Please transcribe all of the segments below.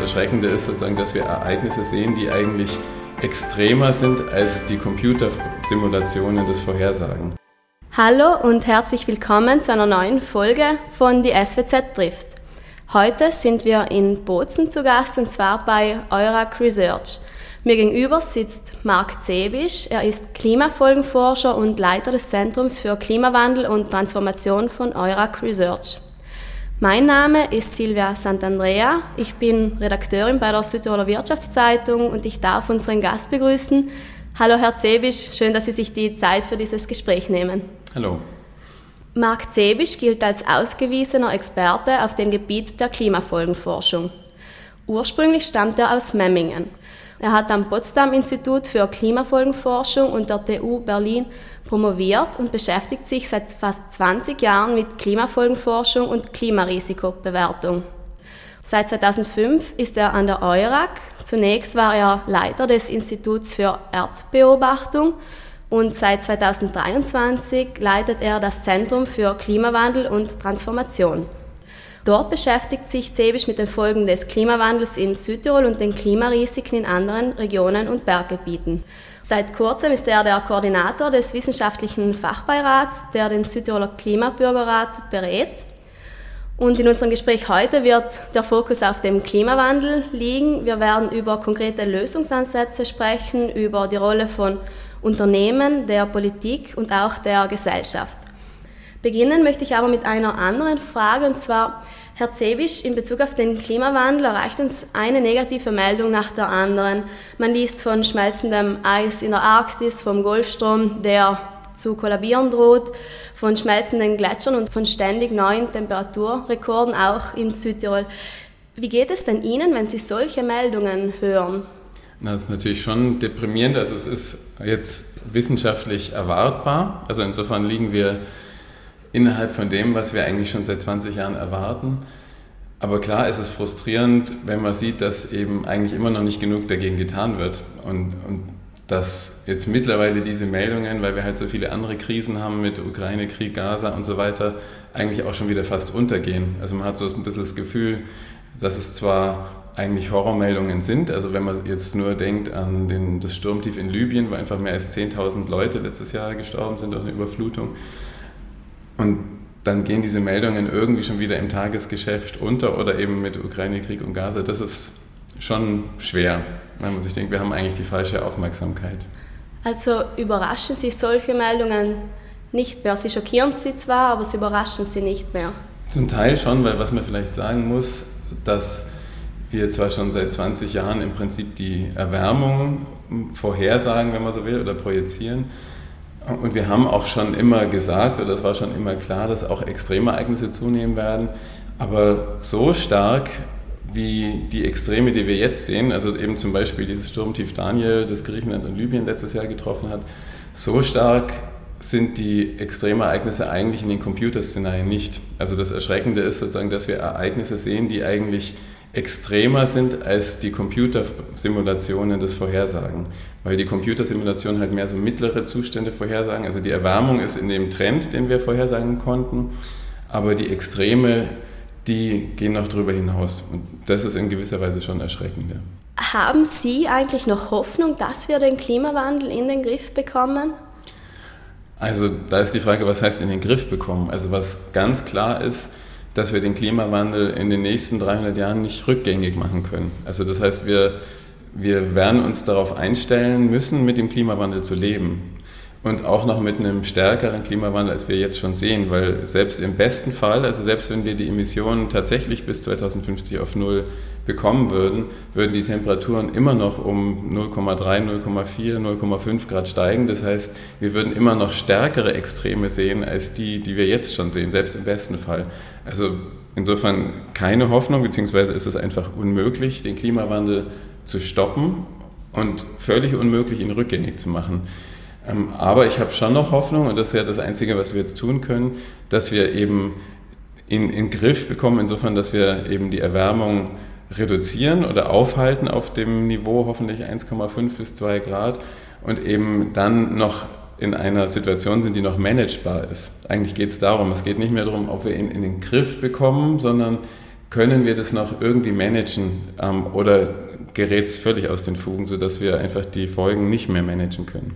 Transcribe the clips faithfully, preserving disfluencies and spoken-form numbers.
Erschreckende ist sozusagen, dass wir Ereignisse sehen, die eigentlich extremer sind als die Computersimulationen das vorhersagen. Hallo und herzlich willkommen zu einer neuen Folge von Die S W Z trifft. Heute sind wir in Bozen zu Gast und zwar bei Eurac Research. Mir gegenüber sitzt Marc Zebisch. Er ist Klimafolgenforscher und Leiter des Zentrums für Klimawandel und Transformation von Eurac Research. Mein Name ist Silvia Sant'Andrea. Ich bin Redakteurin bei der Südtiroler Wirtschaftszeitung und ich darf unseren Gast begrüßen. Hallo Herr Zebisch, schön, dass Sie sich die Zeit für dieses Gespräch nehmen. Hallo. Marc Zebisch gilt als ausgewiesener Experte auf dem Gebiet der Klimafolgenforschung. Ursprünglich stammt er aus Memmingen. Er hat am Potsdam-Institut für Klimafolgenforschung und der T U Berlin promoviert und beschäftigt sich seit fast zwanzig Jahren mit Klimafolgenforschung und Klimarisikobewertung. Seit zweitausendfünf ist er an der Eurac. Zunächst war er Leiter des Instituts für Erdbeobachtung und seit zweitausenddreiundzwanzig leitet er das Zentrum für Klimawandel und Transformation. Dort beschäftigt sich Zebisch mit den Folgen des Klimawandels in Südtirol und den Klimarisiken in anderen Regionen und Berggebieten. Seit kurzem ist er der Koordinator des wissenschaftlichen Fachbeirats, der den Südtiroler Klimabürgerrat berät. Und in unserem Gespräch heute wird der Fokus auf dem Klimawandel liegen. Wir werden über konkrete Lösungsansätze sprechen, über die Rolle von Unternehmen, der Politik und auch der Gesellschaft. Beginnen möchte ich aber mit einer anderen Frage, und zwar, Herr Zebisch, in Bezug auf den Klimawandel erreicht uns eine negative Meldung nach der anderen. Man liest von schmelzendem Eis in der Arktis, vom Golfstrom, der zu kollabieren droht, von schmelzenden Gletschern und von ständig neuen Temperaturrekorden auch in Südtirol. Wie geht es denn Ihnen, wenn Sie solche Meldungen hören? Na, das ist natürlich schon deprimierend. Also es ist jetzt wissenschaftlich erwartbar. Also insofern liegen wir innerhalb von dem, was wir eigentlich schon seit zwanzig Jahren erwarten. Aber klar ist es frustrierend, wenn man sieht, dass eben eigentlich immer noch nicht genug dagegen getan wird. Und, und dass jetzt mittlerweile diese Meldungen, weil wir halt so viele andere Krisen haben mit Ukraine, Krieg, Gaza und so weiter, eigentlich auch schon wieder fast untergehen. Also man hat so ein bisschen das Gefühl, dass es zwar eigentlich Horrormeldungen sind, also wenn man jetzt nur denkt an den, das Sturmtief in Libyen, wo einfach mehr als zehntausend Leute letztes Jahr gestorben sind durch eine Überflutung. Und dann gehen diese Meldungen irgendwie schon wieder im Tagesgeschäft unter oder eben mit Ukraine, Krieg und Gaza. Das ist schon schwer, wenn man sich denkt, wir haben eigentlich die falsche Aufmerksamkeit. Also überraschen Sie solche Meldungen nicht mehr? Sie schockieren Sie zwar, aber sie überraschen Sie nicht mehr? Zum Teil schon, weil was man vielleicht sagen muss, dass wir zwar schon seit zwanzig Jahren im Prinzip die Erwärmung vorhersagen, wenn man so will, oder projizieren. Und wir haben auch schon immer gesagt, oder es war schon immer klar, dass auch Extremereignisse zunehmen werden. Aber so stark wie die Extreme, die wir jetzt sehen, also eben zum Beispiel dieses Sturmtief Daniel, das Griechenland und Libyen letztes Jahr getroffen hat, so stark sind die Extremereignisse eigentlich in den Computerszenarien nicht. Also das Erschreckende ist sozusagen, dass wir Ereignisse sehen, die eigentlich extremer sind als die Computersimulationen das vorhersagen. Weil die Computersimulationen halt mehr so mittlere Zustände vorhersagen. Also die Erwärmung ist in dem Trend, den wir vorhersagen konnten, aber die Extreme, die gehen noch drüber hinaus. Und das ist in gewisser Weise schon erschreckend. Haben Sie eigentlich noch Hoffnung, dass wir den Klimawandel in den Griff bekommen? Also da ist die Frage, was heißt in den Griff bekommen? Also was ganz klar ist, dass wir den Klimawandel in den nächsten dreihundert Jahren nicht rückgängig machen können. Also das heißt, wir, wir werden uns darauf einstellen müssen, mit dem Klimawandel zu leben. Und auch noch mit einem stärkeren Klimawandel, als wir jetzt schon sehen, weil selbst im besten Fall, also selbst wenn wir die Emissionen tatsächlich bis zweitausendfünfzig auf Null bekommen würden, würden die Temperaturen immer noch um null Komma drei, null Komma vier, null Komma fünf Grad steigen. Das heißt, wir würden immer noch stärkere Extreme sehen als die, die wir jetzt schon sehen, selbst im besten Fall. Also insofern keine Hoffnung, beziehungsweise ist es einfach unmöglich, den Klimawandel zu stoppen und völlig unmöglich, ihn rückgängig zu machen. Aber ich habe schon noch Hoffnung, und das ist ja das Einzige, was wir jetzt tun können, dass wir eben in, in den Griff bekommen, insofern, dass wir eben die Erwärmung reduzieren oder aufhalten auf dem Niveau hoffentlich eins Komma fünf bis zwei Grad und eben dann noch in einer Situation sind, die noch managebar ist. Eigentlich geht es darum, es geht nicht mehr darum, ob wir ihn in den Griff bekommen, sondern können wir das noch irgendwie managen ähm, oder gerät es völlig aus den Fugen, sodass wir einfach die Folgen nicht mehr managen können?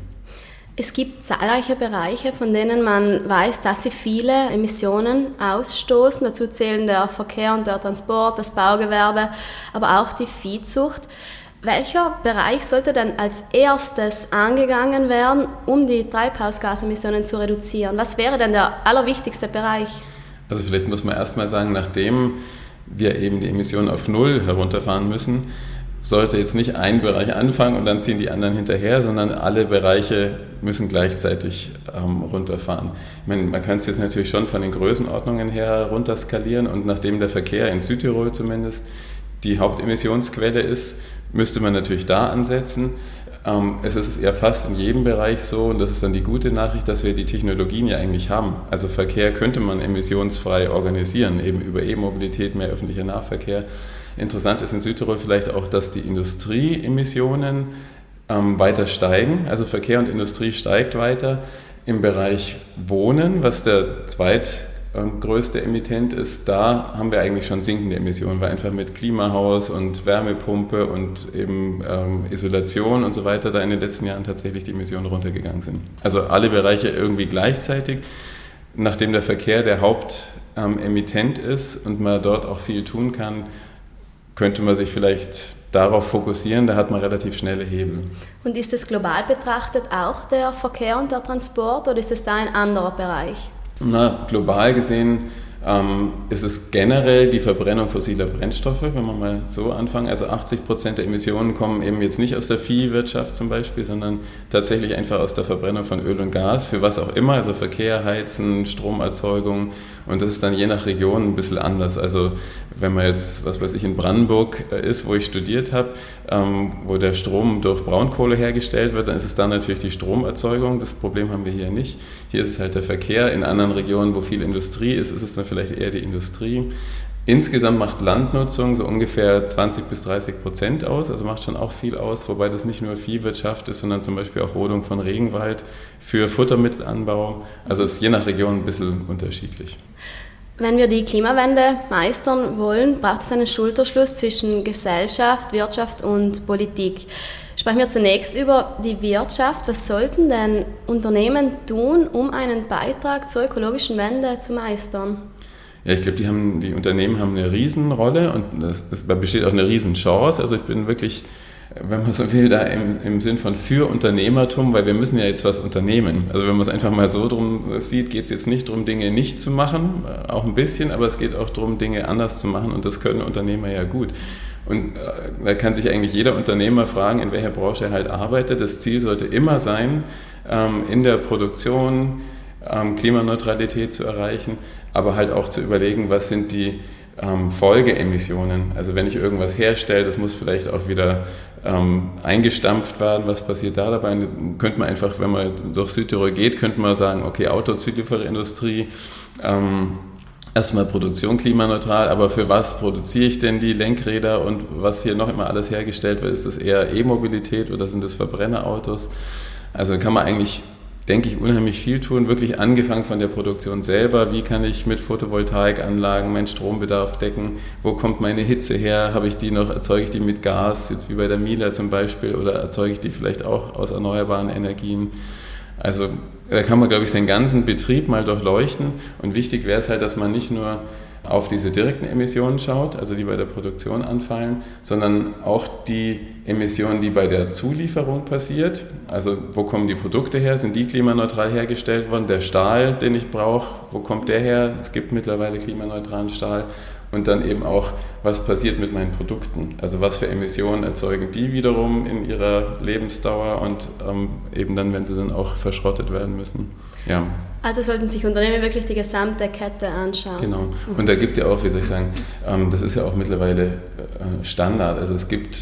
Es gibt zahlreiche Bereiche, von denen man weiß, dass sie viele Emissionen ausstoßen. Dazu zählen der Verkehr und der Transport, das Baugewerbe, aber auch die Viehzucht. Welcher Bereich sollte denn als erstes angegangen werden, um die Treibhausgasemissionen zu reduzieren? Was wäre denn der allerwichtigste Bereich? Also vielleicht muss man erst mal sagen, nachdem wir eben die Emissionen auf Null herunterfahren müssen, sollte jetzt nicht ein Bereich anfangen und dann ziehen die anderen hinterher, sondern alle Bereiche müssen gleichzeitig ähm, runterfahren. Ich meine, man kann es jetzt natürlich schon von den Größenordnungen her runterskalieren und nachdem der Verkehr in Südtirol zumindest die Hauptemissionsquelle ist, müsste man natürlich da ansetzen. Ähm, es ist eher fast in jedem Bereich so und das ist dann die gute Nachricht, dass wir die Technologien ja eigentlich haben. Also Verkehr könnte man emissionsfrei organisieren, eben über E-Mobilität, mehr öffentlicher Nahverkehr. Interessant ist in Südtirol vielleicht auch, dass die Industrieemissionen ähm, weiter steigen. Also Verkehr und Industrie steigt weiter. Im Bereich Wohnen, was der zweitgrößte Emittent ist, da haben wir eigentlich schon sinkende Emissionen, weil einfach mit Klimahaus und Wärmepumpe und eben ähm, Isolation und so weiter da in den letzten Jahren tatsächlich die Emissionen runtergegangen sind. Also alle Bereiche irgendwie gleichzeitig. Nachdem der Verkehr der Hauptemittent ähm, ist und man dort auch viel tun kann, könnte man sich vielleicht darauf fokussieren, da hat man relativ schnelle Hebel. Und ist es global betrachtet auch der Verkehr und der Transport oder ist es da ein anderer Bereich? Na, global gesehen ähm, ist es generell die Verbrennung fossiler Brennstoffe, wenn wir mal so anfangen. Also achtzig Prozent der Emissionen kommen eben jetzt nicht aus der Viehwirtschaft zum Beispiel, sondern tatsächlich einfach aus der Verbrennung von Öl und Gas, für was auch immer, also Verkehr, Heizen, Stromerzeugung. Und das ist dann je nach Region ein bisschen anders. Also wenn man jetzt, was weiß ich, in Brandenburg ist, wo ich studiert habe, ähm, wo der Strom durch Braunkohle hergestellt wird, dann ist es dann natürlich die Stromerzeugung. Das Problem haben wir hier nicht. Hier ist es halt der Verkehr. In anderen Regionen, wo viel Industrie ist, ist es dann vielleicht eher die Industrie. Insgesamt macht Landnutzung so ungefähr zwanzig bis dreißig Prozent aus, also macht schon auch viel aus, wobei das nicht nur Viehwirtschaft ist, sondern zum Beispiel auch Rodung von Regenwald für Futtermittelanbau. Also ist je nach Region ein bisschen unterschiedlich. Wenn wir die Klimawende meistern wollen, braucht es einen Schulterschluss zwischen Gesellschaft, Wirtschaft und Politik. Sprechen wir zunächst über die Wirtschaft. Was sollten denn Unternehmen tun, um einen Beitrag zur ökologischen Wende zu meistern? Ja, ich glaube, die haben, die Unternehmen haben eine Riesenrolle und es besteht auch eine Riesenchance. Also ich bin wirklich, wenn man so will, da im, im Sinn von für Unternehmertum, weil wir müssen ja jetzt was unternehmen. Also wenn man es einfach mal so drum sieht, geht es jetzt nicht darum, Dinge nicht zu machen, auch ein bisschen, aber es geht auch darum, Dinge anders zu machen und das können Unternehmer ja gut. Und äh, da kann sich eigentlich jeder Unternehmer fragen, in welcher Branche er halt arbeitet. Das Ziel sollte immer sein, ähm, in der Produktion ähm, Klimaneutralität zu erreichen, aber halt auch zu überlegen, was sind die ähm, Folgeemissionen. Also wenn ich irgendwas herstelle, das muss vielleicht auch wieder ähm, eingestampft werden. Was passiert da dabei? Dann könnte man einfach, wenn man durch Südtirol geht, könnte man sagen, okay, Autozuliefererindustrie, ähm, erstmal Produktion klimaneutral, aber für was produziere ich denn die Lenkräder und was hier noch immer alles hergestellt wird? Ist das eher E-Mobilität oder sind das Verbrennerautos? Also kann man eigentlich, denke ich, unheimlich viel tun, wirklich angefangen von der Produktion selber. Wie kann ich mit Photovoltaikanlagen meinen Strombedarf decken? Wo kommt meine Hitze her? Habe ich die noch, erzeuge ich die mit Gas, jetzt wie bei der Miele zum Beispiel, oder erzeuge ich die vielleicht auch aus erneuerbaren Energien? Also da kann man, glaube ich, seinen ganzen Betrieb mal durchleuchten und wichtig wäre es halt, dass man nicht nur auf diese direkten Emissionen schaut, also die bei der Produktion anfallen, sondern auch die Emissionen, die bei der Zulieferung passiert. Also wo kommen die Produkte her? Sind die klimaneutral hergestellt worden? Der Stahl, den ich brauche, wo kommt der her? Es gibt mittlerweile klimaneutralen Stahl. Und dann eben auch, was passiert mit meinen Produkten? Also was für Emissionen erzeugen die wiederum in ihrer Lebensdauer und ähm, eben dann, wenn sie dann auch verschrottet werden müssen. Ja. Also sollten sich Unternehmen wirklich die gesamte Kette anschauen. Genau. Und da gibt ja auch, wie soll ich sagen, ähm, das ist ja auch mittlerweile äh, Standard. Also es gibt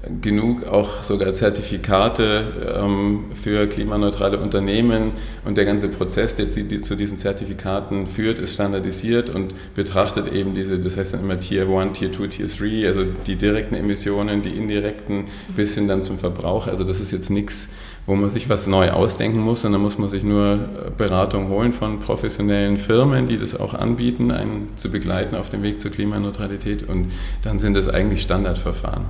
genug auch sogar Zertifikate ähm, für klimaneutrale Unternehmen und der ganze Prozess, der die, die zu diesen Zertifikaten führt, ist standardisiert und betrachtet eben diese, das heißt dann immer Tier eins, Tier zwei, Tier drei, also die direkten Emissionen, die indirekten bis hin dann zum Verbrauch. Also das ist jetzt nichts, wo man sich was neu ausdenken muss, sondern muss man sich nur Beratung holen von professionellen Firmen, die das auch anbieten, einen zu begleiten auf dem Weg zur Klimaneutralität, und dann sind das eigentlich Standardverfahren.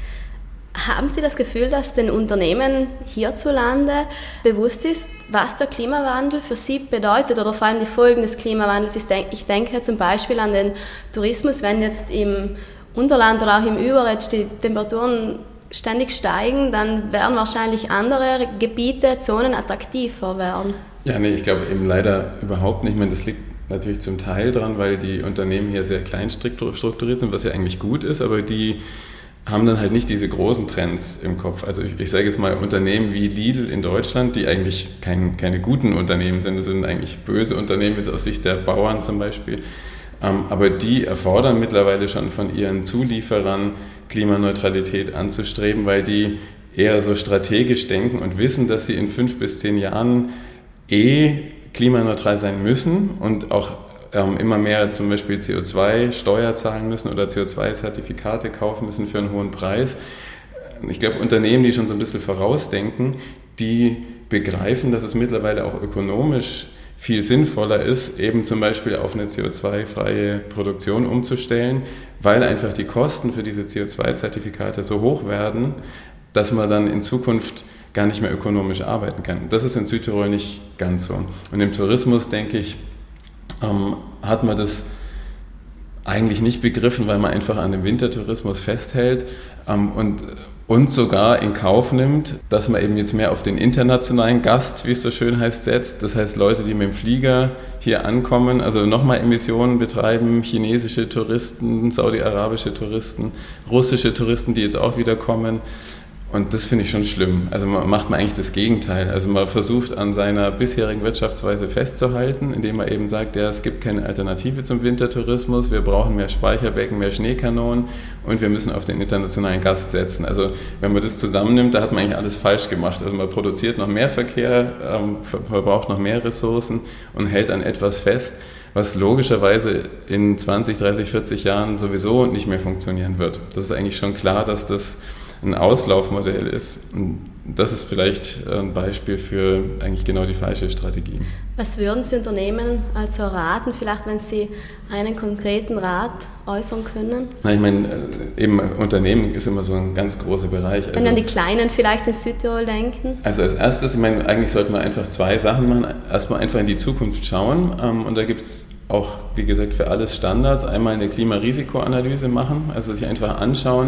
Haben Sie das Gefühl, dass den Unternehmen hierzulande bewusst ist, was der Klimawandel für sie bedeutet oder vor allem die Folgen des Klimawandels? Ich denke zum Beispiel an den Tourismus, wenn jetzt im Unterland oder auch im Überetsch die Temperaturen ständig steigen, dann werden wahrscheinlich andere Gebiete, Zonen attraktiver werden. Ja, nee, ich glaube eben leider überhaupt nicht. Ich meine, das liegt natürlich zum Teil daran, weil die Unternehmen hier sehr klein strukturiert sind, was ja eigentlich gut ist, aber die haben dann halt nicht diese großen Trends im Kopf. Also ich, ich sage jetzt mal, Unternehmen wie Lidl in Deutschland, die eigentlich kein, keine guten Unternehmen sind, das sind eigentlich böse Unternehmen, jetzt aus Sicht der Bauern zum Beispiel, ähm, aber die erfordern mittlerweile schon von ihren Zulieferern, Klimaneutralität anzustreben, weil die eher so strategisch denken und wissen, dass sie in fünf bis zehn Jahren eh klimaneutral sein müssen und auch ähm, immer mehr zum Beispiel C O zwei Steuer zahlen müssen oder C O zwei Zertifikate kaufen müssen für einen hohen Preis. Ich glaube, Unternehmen, die schon so ein bisschen vorausdenken, die begreifen, dass es mittlerweile auch ökonomisch viel sinnvoller ist, eben zum Beispiel auf eine C O zwei freie Produktion umzustellen, weil einfach die Kosten für diese C O zwei Zertifikate so hoch werden, dass man dann in Zukunft gar nicht mehr ökonomisch arbeiten kann. Das ist in Südtirol nicht ganz so. Und im Tourismus, denke ich, ähm, hat man das eigentlich nicht begriffen, weil man einfach an dem Wintertourismus festhält ähm, und, und sogar in Kauf nimmt, dass man eben jetzt mehr auf den internationalen Gast, wie es so schön heißt, setzt. Das heißt, Leute, die mit dem Flieger hier ankommen, also nochmal Emissionen betreiben, chinesische Touristen, saudi-arabische Touristen, russische Touristen, die jetzt auch wieder kommen. Und das finde ich schon schlimm. Also man macht man eigentlich das Gegenteil. Also man versucht an seiner bisherigen Wirtschaftsweise festzuhalten, indem man eben sagt, ja, es gibt keine Alternative zum Wintertourismus, wir brauchen mehr Speicherbecken, mehr Schneekanonen und wir müssen auf den internationalen Gast setzen. Also wenn man das zusammennimmt, da hat man eigentlich alles falsch gemacht. Also man produziert noch mehr Verkehr, ähm, verbraucht noch mehr Ressourcen und hält an etwas fest, was logischerweise in zwanzig, dreißig, vierzig Jahren sowieso nicht mehr funktionieren wird. Das ist eigentlich schon klar, dass das ein Auslaufmodell ist. Und das ist vielleicht ein Beispiel für eigentlich genau die falsche Strategie. Was würden Sie Unternehmen also raten, vielleicht wenn Sie einen konkreten Rat äußern können? Na, ich meine, eben Unternehmen ist immer so ein ganz großer Bereich. Wenn also, an die Kleinen vielleicht in Südtirol denken? Also als erstes, ich meine, eigentlich sollte man einfach zwei Sachen machen. Erstmal einfach in die Zukunft schauen und da gibt es auch, wie gesagt, für alles Standards. Einmal eine Klimarisikoanalyse machen, also sich einfach anschauen,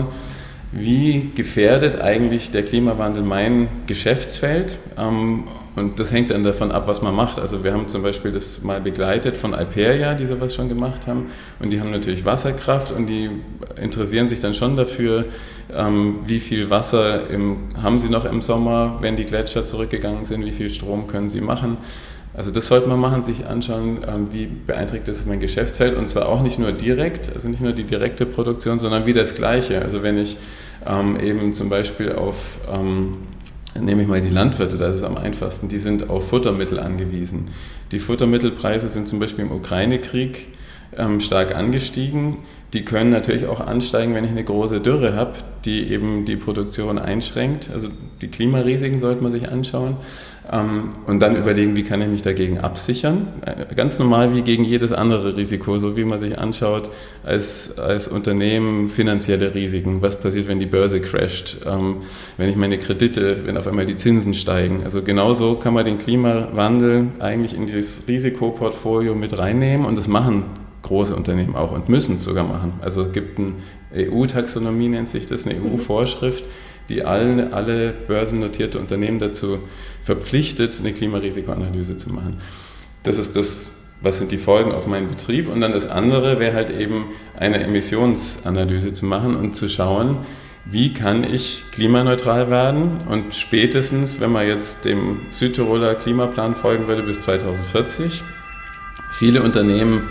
wie gefährdet eigentlich der Klimawandel mein Geschäftsfeld? Und das hängt dann davon ab, was man macht. Also wir haben zum Beispiel das mal begleitet von Alperia, die sowas schon gemacht haben. Und die haben natürlich Wasserkraft und die interessieren sich dann schon dafür, wie viel Wasser im, haben sie noch im Sommer, wenn die Gletscher zurückgegangen sind, wie viel Strom können sie machen. Also das sollte man machen, sich anschauen, wie beeinträchtigt das mein Geschäftsfeld, und zwar auch nicht nur direkt, also nicht nur die direkte Produktion, sondern wie das Gleiche. Also wenn ich ähm, eben zum Beispiel auf, ähm, nehme ich mal die Landwirte, das ist am einfachsten, die sind auf Futtermittel angewiesen. Die Futtermittelpreise sind zum Beispiel im Ukraine-Krieg ähm, stark angestiegen. Die können natürlich auch ansteigen, wenn ich eine große Dürre habe, die eben die Produktion einschränkt. Also die Klimarisiken sollte man sich anschauen. Und dann überlegen, wie kann ich mich dagegen absichern. Ganz normal wie gegen jedes andere Risiko, so wie man sich anschaut als, als Unternehmen finanzielle Risiken. Was passiert, wenn die Börse crasht, wenn ich meine Kredite, wenn auf einmal die Zinsen steigen. Also genauso kann man den Klimawandel eigentlich in dieses Risikoportfolio mit reinnehmen, und das machen große Unternehmen auch und müssen es sogar machen. Also es gibt eine E U-Taxonomie, nennt sich das, eine E U-Vorschrift, die alle, alle börsennotierte Unternehmen dazu verpflichtet, eine Klimarisikoanalyse zu machen. Das ist das, was sind die Folgen auf meinen Betrieb. Und dann das andere wäre halt eben eine Emissionsanalyse zu machen und zu schauen, wie kann ich klimaneutral werden. Und spätestens, wenn man jetzt dem Südtiroler Klimaplan folgen würde, bis zweitausendvierzig. Viele Unternehmen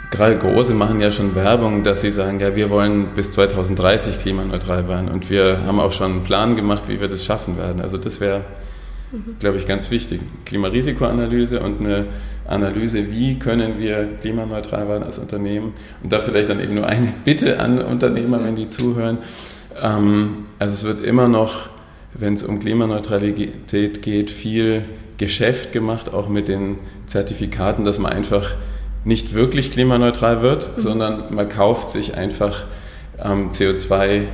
gerade Große machen ja schon Werbung, dass sie sagen, ja, wir wollen bis zweitausenddreißig klimaneutral werden und wir haben auch schon einen Plan gemacht, wie wir das schaffen werden. Also das wäre, mhm. glaube ich, ganz wichtig. Klimarisikoanalyse und eine Analyse, wie können wir klimaneutral werden als Unternehmen. Und da vielleicht dann eben nur eine Bitte an Unternehmer, wenn die zuhören. Ähm, also es wird immer noch, wenn es um Klimaneutralität geht, viel Geschäft gemacht, auch mit den Zertifikaten, dass man einfach nicht wirklich klimaneutral wird, mhm. sondern man kauft sich einfach ähm, C O zwei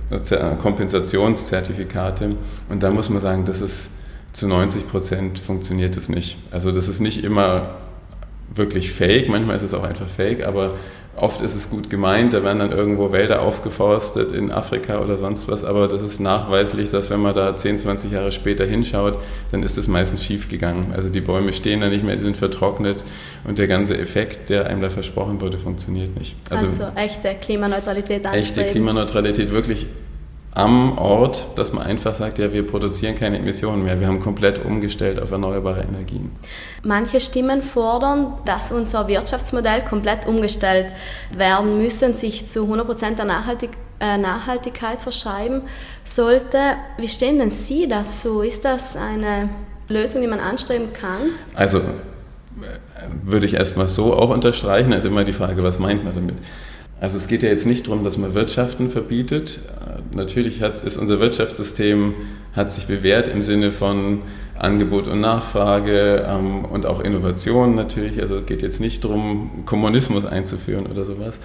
Kompensationszertifikate. Und da muss man sagen, das ist zu neunzig Prozent funktioniert es nicht. Also das ist nicht immer wirklich fake, manchmal ist es auch einfach fake, aber oft ist es gut gemeint, da werden dann irgendwo Wälder aufgeforstet in Afrika oder sonst was, aber das ist nachweislich, dass wenn man da zehn, zwanzig Jahre später hinschaut, dann ist es meistens schief gegangen. Also die Bäume stehen da nicht mehr, die sind vertrocknet und der ganze Effekt, der einem da versprochen wurde, funktioniert nicht. Also, also echte Klimaneutralität anstreben. Echte Klimaneutralität wirklich am Ort, dass man einfach sagt, ja, wir produzieren keine Emissionen mehr, wir haben komplett umgestellt auf erneuerbare Energien. Manche Stimmen fordern, dass unser Wirtschaftsmodell komplett umgestellt werden müssen, sich zu hundert Prozent der Nachhaltig- äh, Nachhaltigkeit verschreiben sollte. Wie stehen denn Sie dazu? Ist das eine Lösung, die man anstreben kann? Also würde ich erstmal so auch unterstreichen, da ist immer die Frage, was meint man damit? Also es geht ja jetzt nicht darum, dass man Wirtschaften verbietet. Natürlich hat, ist unser Wirtschaftssystem hat sich bewährt im Sinne von Angebot und Nachfrage ähm, und auch Innovation natürlich. Also es geht jetzt nicht darum, Kommunismus einzuführen oder sowas.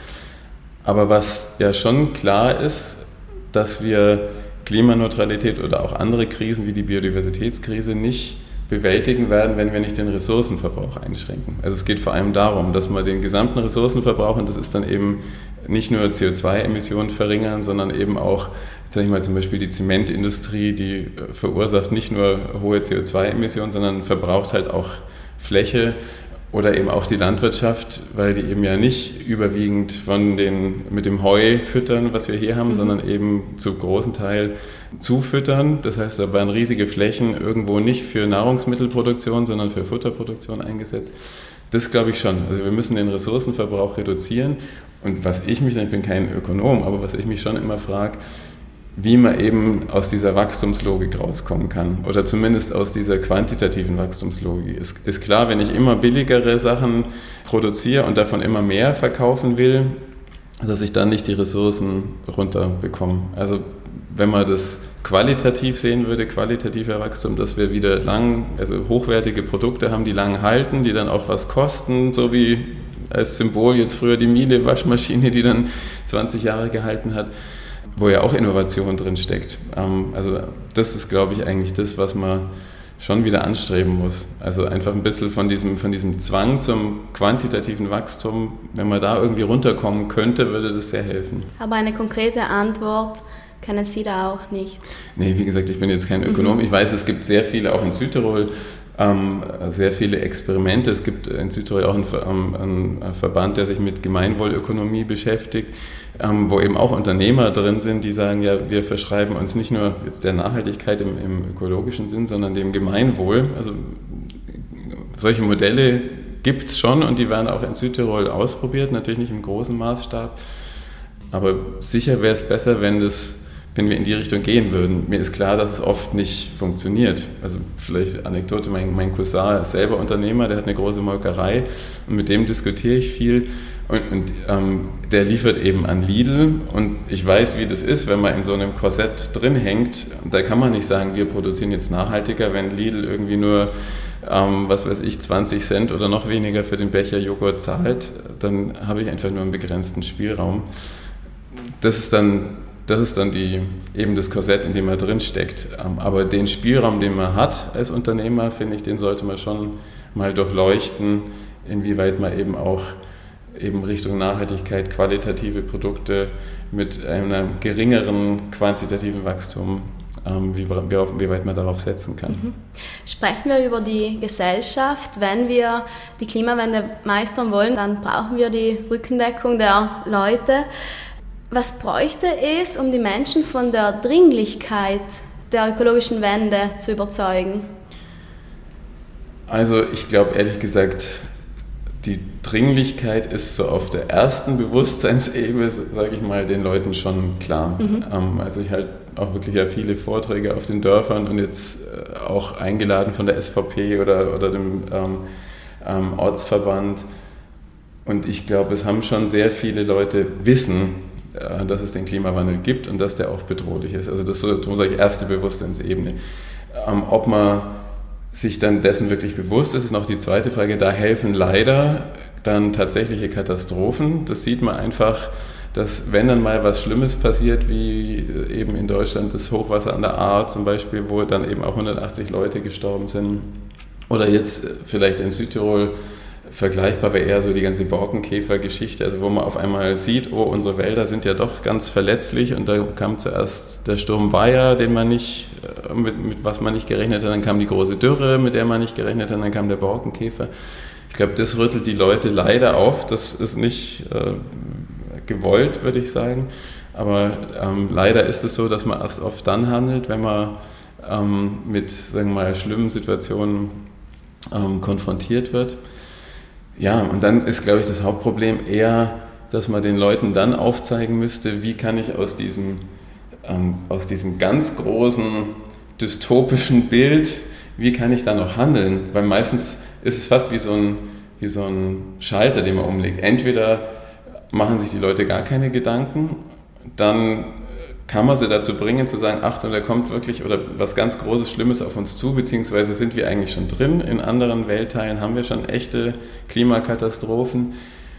Aber was ja schon klar ist, dass wir Klimaneutralität oder auch andere Krisen wie die Biodiversitätskrise nicht bewältigen werden, wenn wir nicht den Ressourcenverbrauch einschränken. Also es geht vor allem darum, dass wir den gesamten Ressourcenverbrauch, und das ist dann eben nicht nur C O zwei Emissionen verringern, sondern eben auch, sage ich mal zum Beispiel die Zementindustrie, die verursacht nicht nur hohe C O zwei Emissionen, sondern verbraucht halt auch Fläche. Oder eben auch die Landwirtschaft, weil die eben ja nicht überwiegend von den, mit dem Heu füttern, was wir hier haben, mhm. sondern eben zu großen Teil zufüttern. Das heißt, da waren riesige Flächen irgendwo nicht für Nahrungsmittelproduktion, sondern für Futterproduktion eingesetzt. Das glaube ich schon. Also wir müssen den Ressourcenverbrauch reduzieren. Und was ich mich, ich bin kein Ökonom, aber was ich mich schon immer frage, wie man eben aus dieser Wachstumslogik rauskommen kann oder zumindest aus dieser quantitativen Wachstumslogik. Ist, ist klar, wenn ich immer billigere Sachen produziere und davon immer mehr verkaufen will, dass ich dann nicht die Ressourcen runterbekomme. Also wenn man das qualitativ sehen würde, qualitativer Wachstum, dass wir wieder lang, also hochwertige Produkte haben, die lang halten, die dann auch was kosten, so wie als Symbol jetzt früher die Miele-Waschmaschine, die dann zwanzig Jahre gehalten hat, wo ja auch Innovation drin steckt. Also das ist, glaube ich, eigentlich das, was man schon wieder anstreben muss. Also einfach ein bisschen von diesem, von diesem Zwang zum quantitativen Wachstum, wenn man da irgendwie runterkommen könnte, würde das sehr helfen. Aber eine konkrete Antwort kennen Sie da auch nicht? Nee, wie gesagt, ich bin jetzt kein Ökonom. Mhm. Ich weiß, es gibt sehr viele, auch in Südtirol, ähm, sehr viele Experimente. Es gibt in Südtirol auch einen, einen Verband, der sich mit Gemeinwohlökonomie beschäftigt, ähm, wo eben auch Unternehmer drin sind, die sagen, ja, wir verschreiben uns nicht nur jetzt der Nachhaltigkeit im, im ökologischen Sinn, sondern dem Gemeinwohl. Also solche Modelle gibt es schon und die werden auch in Südtirol ausprobiert, natürlich nicht im großen Maßstab. Aber sicher wäre es besser, wenn das wenn wir in die Richtung gehen würden. Mir ist klar, dass es oft nicht funktioniert. Also vielleicht Anekdote, mein, mein Cousin ist selber Unternehmer, der hat eine große Molkerei und mit dem diskutiere ich viel und, und ähm, der liefert eben an Lidl und ich weiß, wie das ist, wenn man in so einem Korsett drin hängt. Da kann man nicht sagen, wir produzieren jetzt nachhaltiger, wenn Lidl irgendwie nur, ähm, was weiß ich, zwanzig Cent oder noch weniger für den Becher Joghurt zahlt, dann habe ich einfach nur einen begrenzten Spielraum. Das ist dann Das ist dann die, eben das Korsett, in dem man drin steckt. Aber den Spielraum, den man hat als Unternehmer, finde ich, den sollte man schon mal durchleuchten, inwieweit man eben auch eben Richtung Nachhaltigkeit qualitative Produkte mit einem geringeren quantitativen Wachstum, wie, wie weit man darauf setzen kann. Mhm. Sprechen wir über die Gesellschaft. Wenn wir die Klimawende meistern wollen, dann brauchen wir die Rückendeckung der Leute. Was bräuchte es, um die Menschen von der Dringlichkeit der ökologischen Wende zu überzeugen? Also ich glaube ehrlich gesagt, die Dringlichkeit ist so auf der ersten Bewusstseinsebene, sage ich mal, den Leuten schon klar. Mhm. Ähm, also ich halte auch wirklich ja viele Vorträge auf den Dörfern und jetzt äh, auch eingeladen von der S V P oder, oder dem ähm, ähm, Ortsverband. Und ich glaube, es haben schon sehr viele Leute wissen, äh, dass es den Klimawandel gibt und dass der auch bedrohlich ist. Also das ist so, darum sage ich, erste Bewusstseinsebene. Ähm, ob man sich dann dessen wirklich bewusst ist, ist noch die zweite Frage. Da helfen leider dann tatsächliche Katastrophen. Das sieht man einfach, dass wenn dann mal was Schlimmes passiert, wie eben in Deutschland das Hochwasser an der Ahr zum Beispiel, wo dann eben auch hundertachtzig Leute gestorben sind, oder jetzt vielleicht in Südtirol, vergleichbar wäre eher so die ganze Borkenkäfer-Geschichte, also wo man auf einmal sieht, oh, unsere Wälder sind ja doch ganz verletzlich, und da kam zuerst der Sturm Vaia, den man nicht, mit, mit was man nicht gerechnet hat, dann kam die große Dürre, mit der man nicht gerechnet hat, dann kam der Borkenkäfer. Ich glaube, das rüttelt die Leute leider auf, das ist nicht äh, gewollt, würde ich sagen, aber ähm, leider ist es so, dass man erst oft dann handelt, wenn man ähm, mit, sagen wir mal, schlimmen Situationen ähm, konfrontiert wird. Ja, und dann ist, glaube ich, das Hauptproblem eher, dass man den Leuten dann aufzeigen müsste, wie kann ich aus diesem, ähm, aus diesem ganz großen dystopischen Bild, wie kann ich da noch handeln? Weil meistens ist es fast wie so ein, wie so ein Schalter, den man umlegt. Entweder machen sich die Leute gar keine Gedanken, dann kann man sie dazu bringen, zu sagen, Achtung, da kommt wirklich oder was ganz Großes, Schlimmes auf uns zu, beziehungsweise sind wir eigentlich schon drin. In anderen Weltteilen haben wir schon echte Klimakatastrophen.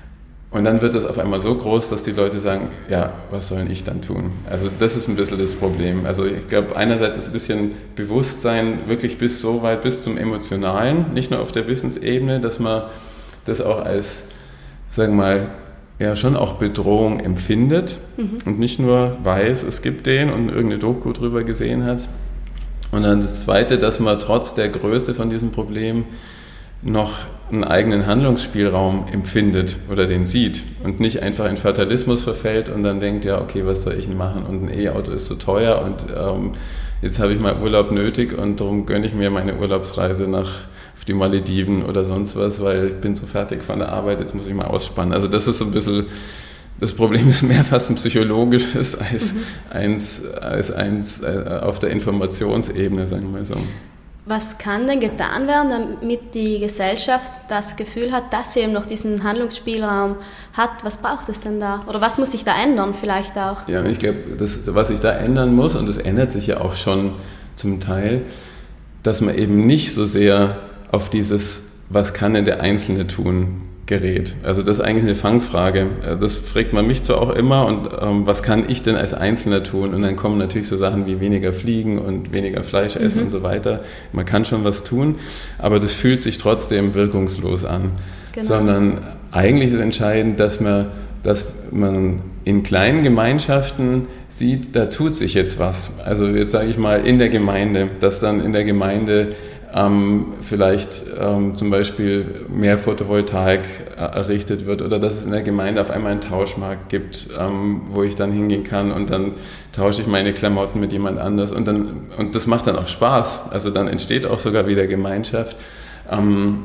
Und dann wird das auf einmal so groß, dass die Leute sagen, ja, was soll ich dann tun? Also das ist ein bisschen das Problem. Also ich glaube, einerseits ist ein bisschen Bewusstsein wirklich bis so weit, bis zum Emotionalen, nicht nur auf der Wissensebene, dass man das auch als, sagen wir mal, ja schon auch Bedrohung empfindet mhm. und nicht nur weiß, es gibt den und irgendeine Doku drüber gesehen hat. Und dann das Zweite, dass man trotz der Größe von diesem Problem noch einen eigenen Handlungsspielraum empfindet oder den sieht und nicht einfach in Fatalismus verfällt und dann denkt, ja okay, was soll ich denn machen, und ein E-Auto ist so teuer und ähm, jetzt habe ich mal Urlaub nötig und darum gönne ich mir meine Urlaubsreise nach auf die Malediven oder sonst was, weil ich bin so fertig von der Arbeit, jetzt muss ich mal ausspannen. Also das ist so ein bisschen, das Problem ist mehr fast ein psychologisches als mhm. eins, als eins auf der Informationsebene, sagen wir mal so. Was kann denn getan werden, damit die Gesellschaft das Gefühl hat, dass sie eben noch diesen Handlungsspielraum hat? Was braucht es denn da? Oder was muss sich da ändern vielleicht auch? Ja, ich glaube, das, was sich da ändern muss, und das ändert sich ja auch schon zum Teil, dass man eben nicht so sehr auf dieses, was kann denn der Einzelne tun, gerät. Also das ist eigentlich eine Fangfrage. Das fragt man mich zwar auch immer, und ähm, was kann ich denn als Einzelner tun? Und dann kommen natürlich so Sachen wie weniger fliegen und weniger Fleisch essen mhm. und so weiter. Man kann schon was tun, aber das fühlt sich trotzdem wirkungslos an. Genau. Sondern eigentlich ist entscheidend, dass man, dass man in kleinen Gemeinschaften sieht, da tut sich jetzt was. Also jetzt sage ich mal in der Gemeinde, dass dann in der Gemeinde Ähm, vielleicht ähm, zum Beispiel mehr Photovoltaik errichtet wird oder dass es in der Gemeinde auf einmal einen Tauschmarkt gibt, ähm, wo ich dann hingehen kann und dann tausche ich meine Klamotten mit jemand anders und, dann, und das macht dann auch Spaß. Also dann entsteht auch sogar wieder Gemeinschaft. Ähm,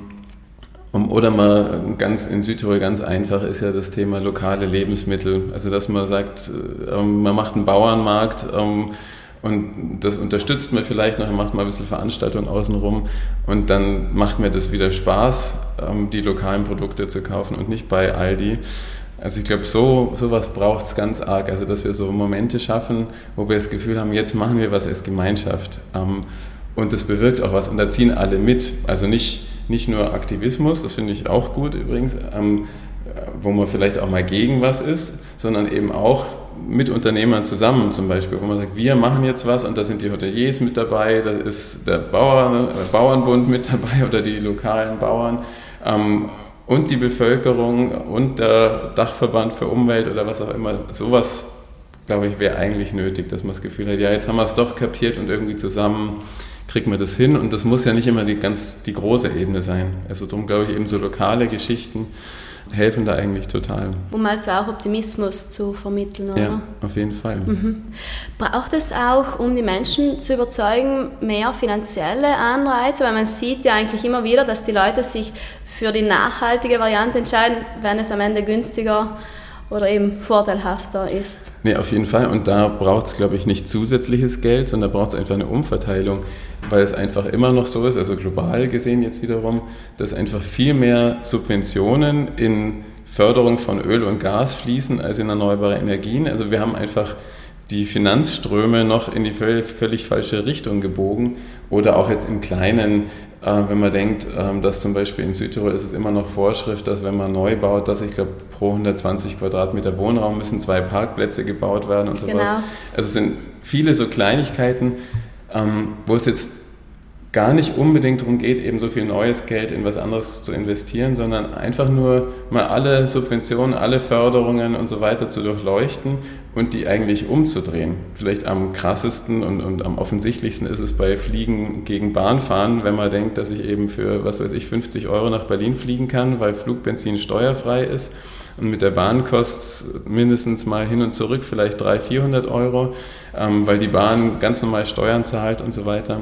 um, oder mal ganz in Südtirol ganz einfach ist ja das Thema lokale Lebensmittel. Also dass man sagt, ähm, man macht einen Bauernmarkt, ähm, und das unterstützt mir vielleicht noch, macht mal ein bisschen Veranstaltung außenrum und dann macht mir das wieder Spaß, die lokalen Produkte zu kaufen und nicht bei Aldi. Also ich glaube, so sowas braucht es ganz arg, also dass wir so Momente schaffen, wo wir das Gefühl haben, jetzt machen wir was als Gemeinschaft. Und das bewirkt auch was und da ziehen alle mit. Also nicht, nicht nur Aktivismus, das finde ich auch gut übrigens, wo man vielleicht auch mal gegen was ist, sondern eben auch mit Unternehmern zusammen zum Beispiel, wo man sagt, wir machen jetzt was und da sind die Hoteliers mit dabei, da ist der Bauern, der Bauernbund mit dabei oder die lokalen Bauern ähm, und die Bevölkerung und der Dachverband für Umwelt oder was auch immer. Sowas, glaube ich, wäre eigentlich nötig, dass man das Gefühl hat, ja, jetzt haben wir es doch kapiert und irgendwie zusammen kriegt man das hin und das muss ja nicht immer die ganz die große Ebene sein. Also darum glaube ich eben so lokale Geschichten helfen da eigentlich total. Um also auch Optimismus zu vermitteln, oder? Ja, auf jeden Fall. Mhm. Braucht es auch, um die Menschen zu überzeugen, mehr finanzielle Anreize? Weil man sieht ja eigentlich immer wieder, dass die Leute sich für die nachhaltige Variante entscheiden, wenn es am Ende günstiger oder eben vorteilhafter ist. Nee, auf jeden Fall. Und da braucht es, glaube ich, nicht zusätzliches Geld, sondern da braucht es einfach eine Umverteilung, weil es einfach immer noch so ist, also global gesehen jetzt wiederum, dass einfach viel mehr Subventionen in Förderung von Öl und Gas fließen als in erneuerbare Energien. Also wir haben einfach die Finanzströme noch in die völlig, völlig falsche Richtung gebogen oder auch jetzt im Kleinen, äh, wenn man denkt, äh, dass zum Beispiel in Südtirol ist es immer noch Vorschrift, dass wenn man neu baut, dass ich glaube pro hundertzwanzig Quadratmeter Wohnraum müssen zwei Parkplätze gebaut werden und sowas. Genau. Also es sind viele so Kleinigkeiten, ähm, wo es jetzt gar nicht unbedingt darum geht, eben so viel neues Geld in was anderes zu investieren, sondern einfach nur mal alle Subventionen, alle Förderungen und so weiter zu durchleuchten und die eigentlich umzudrehen. Vielleicht am krassesten und, und am offensichtlichsten ist es bei Fliegen gegen Bahnfahren, wenn man denkt, dass ich eben für, was weiß ich, fünfzig Euro nach Berlin fliegen kann, weil Flugbenzin steuerfrei ist. Und mit der Bahn kostet es mindestens mal hin und zurück vielleicht dreihundert, vierhundert Euro, ähm, weil die Bahn ganz normal Steuern zahlt und so weiter.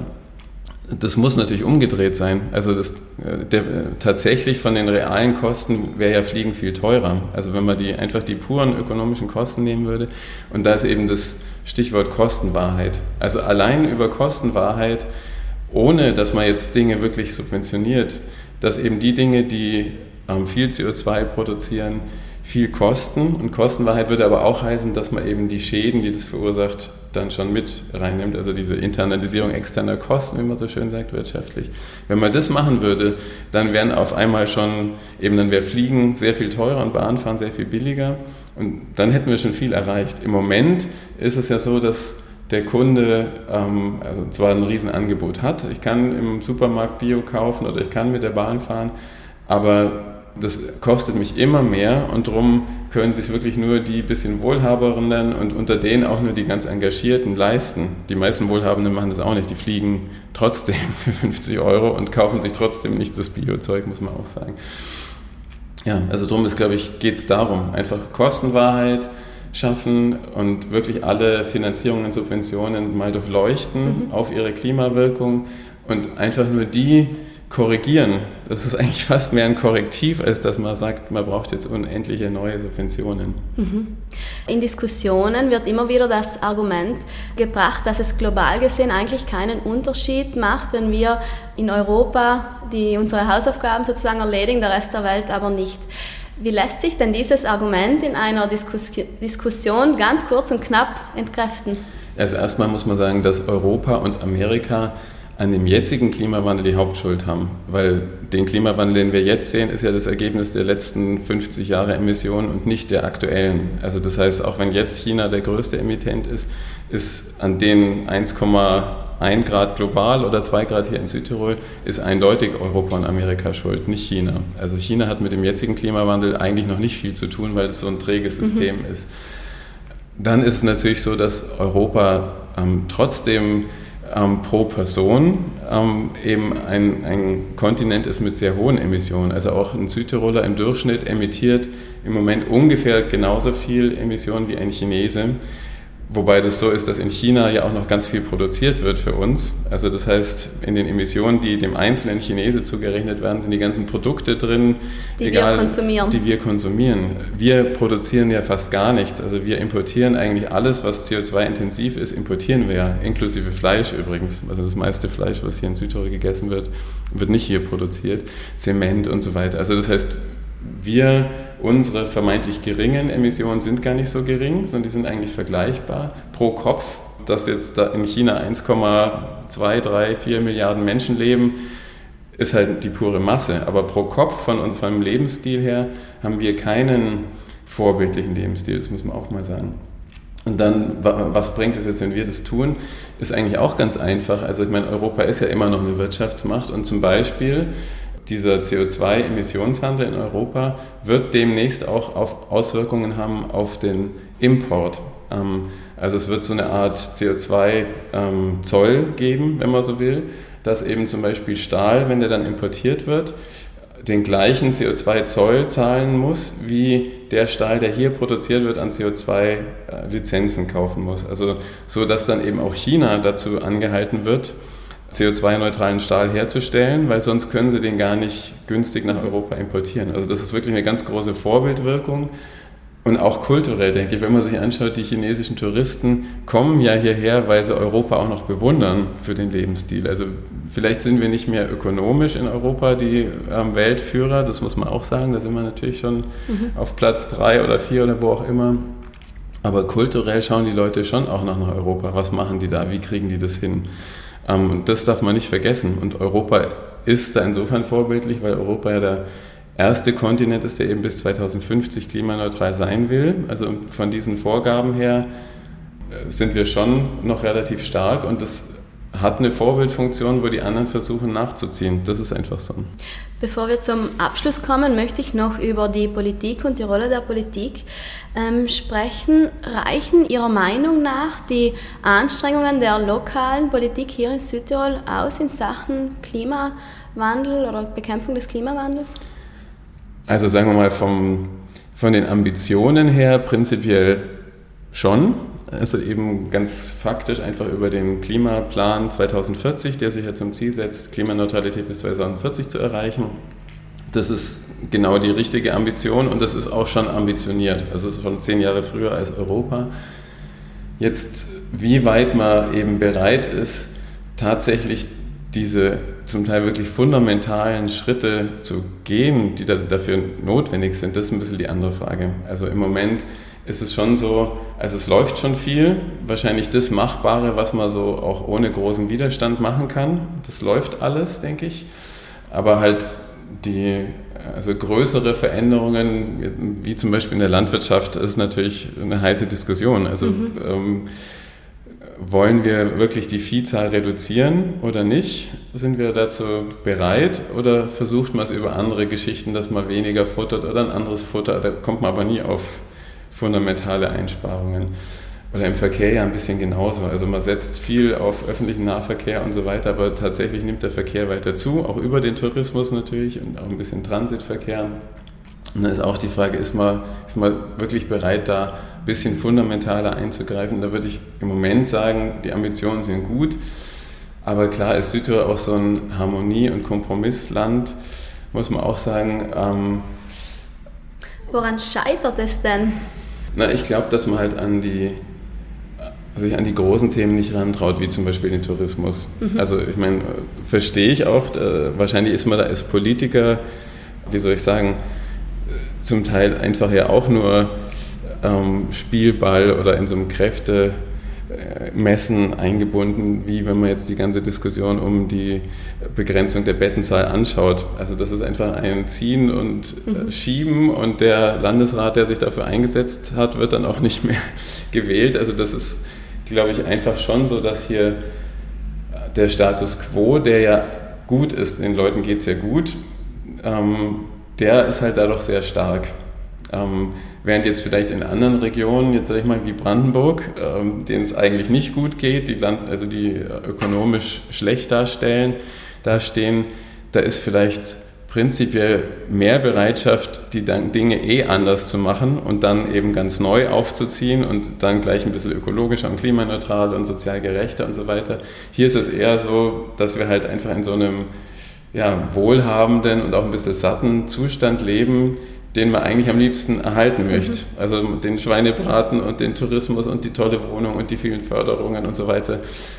Das muss natürlich umgedreht sein. Also das, der, tatsächlich von den realen Kosten wäre ja Fliegen viel teurer. Also wenn man die, einfach die puren ökonomischen Kosten nehmen würde. Und da ist eben das Stichwort Kostenwahrheit. Also allein über Kostenwahrheit, ohne dass man jetzt Dinge wirklich subventioniert, dass eben die Dinge, die ähm, viel C O zwei produzieren, viel kosten. Und Kostenwahrheit würde aber auch heißen, dass man eben die Schäden, die das verursacht, dann schon mit reinnimmt. Also diese Internalisierung externer Kosten, wie man so schön sagt, wirtschaftlich. Wenn man das machen würde, dann wären auf einmal schon, eben dann wäre Fliegen sehr viel teurer und Bahnfahren sehr viel billiger. Und dann hätten wir schon viel erreicht. Im Moment ist es ja so, dass der Kunde ähm, also zwar ein Riesenangebot hat, ich kann im Supermarkt Bio kaufen oder ich kann mit der Bahn fahren, aber das kostet mich immer mehr und darum können sich wirklich nur die bisschen Wohlhabenden und unter denen auch nur die ganz Engagierten leisten. Die meisten Wohlhabenden machen das auch nicht, die fliegen trotzdem für fünfzig Euro und kaufen sich trotzdem nicht das Bio-Zeug, muss man auch sagen. Ja, also darum ist, glaube ich, geht es darum, einfach Kostenwahrheit schaffen und wirklich alle Finanzierungen und Subventionen mal durchleuchten mhm. auf ihre Klimawirkung und einfach nur die korrigieren. Das ist eigentlich fast mehr ein Korrektiv, als dass man sagt, man braucht jetzt unendliche neue Subventionen. In Diskussionen wird immer wieder das Argument gebracht, dass es global gesehen eigentlich keinen Unterschied macht, wenn wir in Europa die unsere Hausaufgaben sozusagen erledigen, der Rest der Welt aber nicht. Wie lässt sich denn dieses Argument in einer Diskus- Diskussion ganz kurz und knapp entkräften? Also erstmal muss man sagen, dass Europa und Amerika an dem jetzigen Klimawandel die Hauptschuld haben, weil den Klimawandel, den wir jetzt sehen, ist ja das Ergebnis der letzten fünfzig Jahre Emissionen und nicht der aktuellen. Also das heißt, auch wenn jetzt China der größte Emittent ist, ist an den eins Komma eins Grad global oder zwei Grad hier in Südtirol, ist eindeutig Europa und Amerika schuld, nicht China. Also China hat mit dem jetzigen Klimawandel eigentlich noch nicht viel zu tun, weil es so ein träges System mhm. ist. Dann ist es natürlich so, dass Europa ähm, trotzdem Ähm, pro Person ähm, eben ein, ein Kontinent ist mit sehr hohen Emissionen. Also auch ein Südtiroler im Durchschnitt emittiert im Moment ungefähr genauso viel Emissionen wie ein Chinese. Wobei das so ist, dass in China ja auch noch ganz viel produziert wird für uns. Also das heißt, in den Emissionen, die dem einzelnen Chinese zugerechnet werden, sind die ganzen Produkte drin, die, egal, wir, konsumieren. die wir konsumieren. Wir produzieren ja fast gar nichts. Also wir importieren eigentlich alles, was C O zwei intensiv ist, importieren wir ja, inklusive Fleisch übrigens. Also das meiste Fleisch, was hier in Südtirol gegessen wird, wird nicht hier produziert. Zement und so weiter. Also das heißt, wir, unsere vermeintlich geringen Emissionen sind gar nicht so gering, sondern die sind eigentlich vergleichbar. Pro Kopf, dass jetzt da in China eins Komma zwei, drei, vier Milliarden Menschen leben, ist halt die pure Masse. Aber pro Kopf von unserem Lebensstil her haben wir keinen vorbildlichen Lebensstil, das muss man auch mal sagen. Und dann, was bringt es jetzt, wenn wir das tun, ist eigentlich auch ganz einfach. Also ich meine, Europa ist ja immer noch eine Wirtschaftsmacht und zum Beispiel dieser C O zwei Emissionshandel in Europa wird demnächst auch auf Auswirkungen haben auf den Import. Ähm, also es wird so eine Art C O zwei Zoll geben, wenn man so will, dass eben zum Beispiel Stahl, wenn der dann importiert wird, den gleichen C O zwei Zoll zahlen muss, wie der Stahl, der hier produziert wird, an C O zwei Lizenzen kaufen muss. Also so, dass dann eben auch China dazu angehalten wird, C O zwei neutralen Stahl herzustellen, weil sonst können sie den gar nicht günstig nach Europa importieren. Also das ist wirklich eine ganz große Vorbildwirkung. Und auch kulturell, denke ich, wenn man sich anschaut, die chinesischen Touristen kommen ja hierher, weil sie Europa auch noch bewundern für den Lebensstil. Also vielleicht sind wir nicht mehr ökonomisch in Europa die ähm, Weltführer, das muss man auch sagen, da sind wir natürlich schon mhm. auf Platz drei oder vier oder wo auch immer. Aber kulturell schauen die Leute schon auch noch nach Europa. Was machen die da? Wie kriegen die das hin? Ähm, und das darf man nicht vergessen. Und Europa ist da insofern vorbildlich, weil Europa ja der erste Kontinent ist, der eben bis zweitausendfünfzig klimaneutral sein will. Also von diesen Vorgaben her sind wir schon noch relativ stark und das hat eine Vorbildfunktion, wo die anderen versuchen nachzuziehen. Das ist einfach so. Bevor wir zum Abschluss kommen, möchte ich noch über die Politik und die Rolle der Politik ähm, sprechen. Reichen Ihrer Meinung nach die Anstrengungen der lokalen Politik hier in Südtirol aus in Sachen Klimawandel oder Bekämpfung des Klimawandels? Also sagen wir mal vom, von den Ambitionen her prinzipiell schon. Also eben ganz faktisch einfach über den Klimaplan zweitausendvierzig, der sich ja zum Ziel setzt, Klimaneutralität bis zweitausendvierzig zu erreichen. Das ist genau die richtige Ambition und das ist auch schon ambitioniert. Also es ist schon zehn Jahre früher als Europa. Jetzt, wie weit man eben bereit ist, tatsächlich diese zum Teil wirklich fundamentalen Schritte zu gehen, die dafür notwendig sind, das ist ein bisschen die andere Frage. Also im Moment ist es schon so, also es läuft schon viel, wahrscheinlich das Machbare, was man so auch ohne großen Widerstand machen kann. Das läuft alles, denke ich. Aber halt die also größere Veränderungen, wie zum Beispiel in der Landwirtschaft, ist natürlich eine heiße Diskussion. Also mhm. ähm, wollen wir wirklich die Viehzahl reduzieren oder nicht? Sind wir dazu bereit oder versucht man es über andere Geschichten, dass man weniger futtert oder ein anderes Futter? Da kommt man aber nie auf fundamentale Einsparungen. Oder im Verkehr ja ein bisschen genauso. Also man setzt viel auf öffentlichen Nahverkehr und so weiter, aber tatsächlich nimmt der Verkehr weiter zu, auch über den Tourismus natürlich und auch ein bisschen Transitverkehr. Und dann ist auch die Frage, ist man, ist man wirklich bereit, da ein bisschen fundamentaler einzugreifen? Da würde ich im Moment sagen, die Ambitionen sind gut, aber klar ist Südtirol auch so ein Harmonie- und Kompromissland, muss man auch sagen. Ähm, Woran scheitert es denn? Na, ich glaube, dass man halt an die, sich an die großen Themen nicht rantraut, wie zum Beispiel den Tourismus. Mhm. Also ich meine, verstehe ich auch, da, wahrscheinlich ist man da als Politiker, wie soll ich sagen, zum Teil einfach ja auch nur ähm, Spielball oder in so einem Kräftemessen eingebunden, wie wenn man jetzt die ganze Diskussion um die Begrenzung der Bettenzahl anschaut. Also das ist einfach ein Ziehen und mhm. äh, Schieben und der Landesrat, der sich dafür eingesetzt hat, wird dann auch nicht mehr gewählt. Also das ist, glaube ich, einfach schon so, dass hier der Status quo, der ja gut ist, den Leuten geht es ja gut, ähm, der ist halt dadurch sehr stark. Ähm, während jetzt vielleicht in anderen Regionen, jetzt sage ich mal wie Brandenburg, ähm, denen es eigentlich nicht gut geht, die Land, also die ökonomisch schlecht darstellen, dastehen, da ist vielleicht prinzipiell mehr Bereitschaft, die dann Dinge eh anders zu machen und dann eben ganz neu aufzuziehen und dann gleich ein bisschen ökologischer und klimaneutral und sozial gerechter und so weiter. Hier ist es eher so, dass wir halt einfach in so einem ja, wohlhabenden und auch ein bisschen satten Zustand leben, den man eigentlich am liebsten erhalten möchte. Mhm. Also den Schweinebraten und den Tourismus und die tolle Wohnung und die vielen Förderungen und so weiter.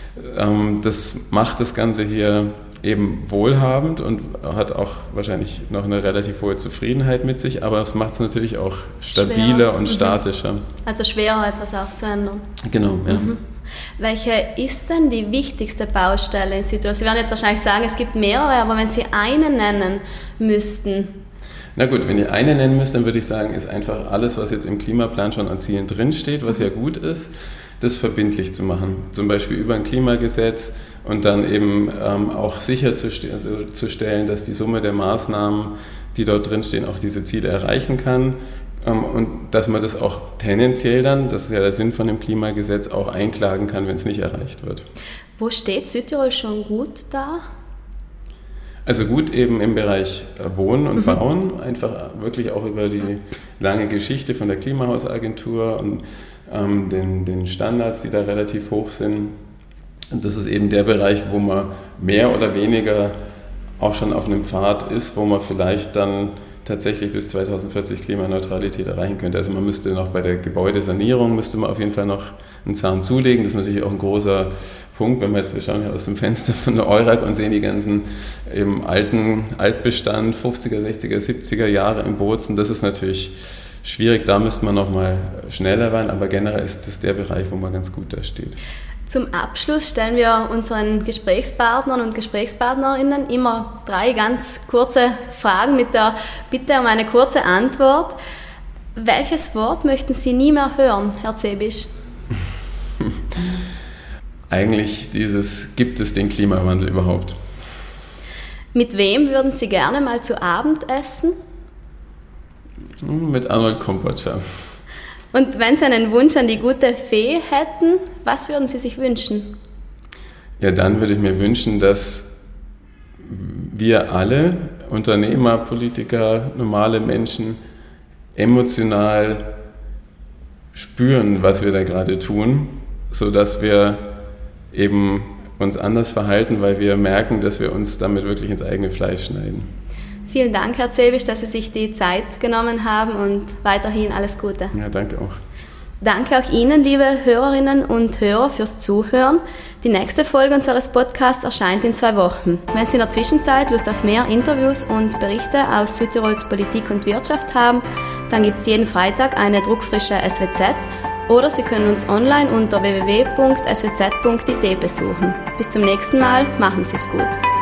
Das macht das Ganze hier eben wohlhabend und hat auch wahrscheinlich noch eine relativ hohe Zufriedenheit mit sich, aber es macht es natürlich auch stabiler schwerer. und statischer. Also schwerer, etwas auch zu ändern. Genau, ja. Mhm. Welche ist denn die wichtigste Baustelle in Südtirol? Sie werden jetzt wahrscheinlich sagen, es gibt mehrere, aber wenn Sie eine nennen müssten. Na gut, wenn ich eine nennen müsste, dann würde ich sagen, ist einfach alles, was jetzt im Klimaplan schon an Zielen drinsteht, was ja gut ist, das verbindlich zu machen. Zum Beispiel über ein Klimagesetz und dann eben ähm, auch sicherzustellen, also dass die Summe der Maßnahmen, die dort drinstehen, auch diese Ziele erreichen kann. Und dass man das auch tendenziell dann, das ist ja der Sinn von dem Klimagesetz, auch einklagen kann, wenn es nicht erreicht wird. Wo steht Südtirol schon gut da? Also gut eben im Bereich Wohnen und mhm. Bauen, einfach wirklich auch über die lange Geschichte von der Klimahausagentur und ähm, den, den Standards, die da relativ hoch sind. Und das ist eben der Bereich, wo man mehr oder weniger auch schon auf einem Pfad ist, wo man vielleicht dann tatsächlich bis zweitausendvierzig Klimaneutralität erreichen könnte. Also man müsste noch bei der Gebäudesanierung, müsste man auf jeden Fall noch einen Zahn zulegen. Das ist natürlich auch ein großer Punkt, wenn wir jetzt, wir schauen ja aus dem Fenster von der Eurac und sehen die ganzen eben alten Altbestand, fünfziger, sechziger, siebziger Jahre in Bozen. Das ist natürlich schwierig, da müsste man noch mal schneller werden, aber generell ist das der Bereich, wo man ganz gut da steht. Zum Abschluss stellen wir unseren Gesprächspartnern und Gesprächspartnerinnen immer drei ganz kurze Fragen mit der Bitte um eine kurze Antwort. Welches Wort möchten Sie nie mehr hören, Herr Zebisch? Eigentlich dieses, gibt es den Klimawandel überhaupt? Mit wem würden Sie gerne mal zu Abend essen? Mit Arnold Kompotscha. Und wenn Sie einen Wunsch an die gute Fee hätten, was würden Sie sich wünschen? Ja, dann würde ich mir wünschen, dass wir alle, Unternehmer, Politiker, normale Menschen, emotional spüren, was wir da gerade tun, sodass wir eben uns anders verhalten, weil wir merken, dass wir uns damit wirklich ins eigene Fleisch schneiden. Vielen Dank, Herr Zebisch, dass Sie sich die Zeit genommen haben und weiterhin alles Gute. Ja, danke auch. Danke auch Ihnen, liebe Hörerinnen und Hörer, fürs Zuhören. Die nächste Folge unseres Podcasts erscheint in zwei Wochen. Wenn Sie in der Zwischenzeit Lust auf mehr Interviews und Berichte aus Südtirols Politik und Wirtschaft haben, dann gibt es jeden Freitag eine druckfrische S W Z oder Sie können uns online unter w w w punkt s w z punkt i t besuchen. Bis zum nächsten Mal, machen Sie es gut.